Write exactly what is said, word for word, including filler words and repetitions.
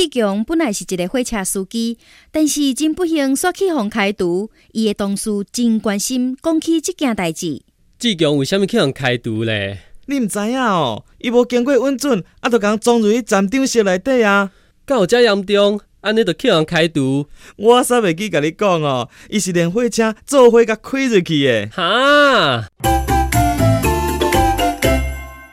强本来是一个火车司机，但是真不幸煞去互开除。伊的同事真关心讲起这件代志。 志强为虾米去互开除咧？ 你毋知影哦？伊无经过允准，啊，就共装入去站长室内底啊！ 敢有遮严重？安尼就去互开除？ 我煞袂记甲你讲哦，伊是连火车做火甲开入去的。 哈！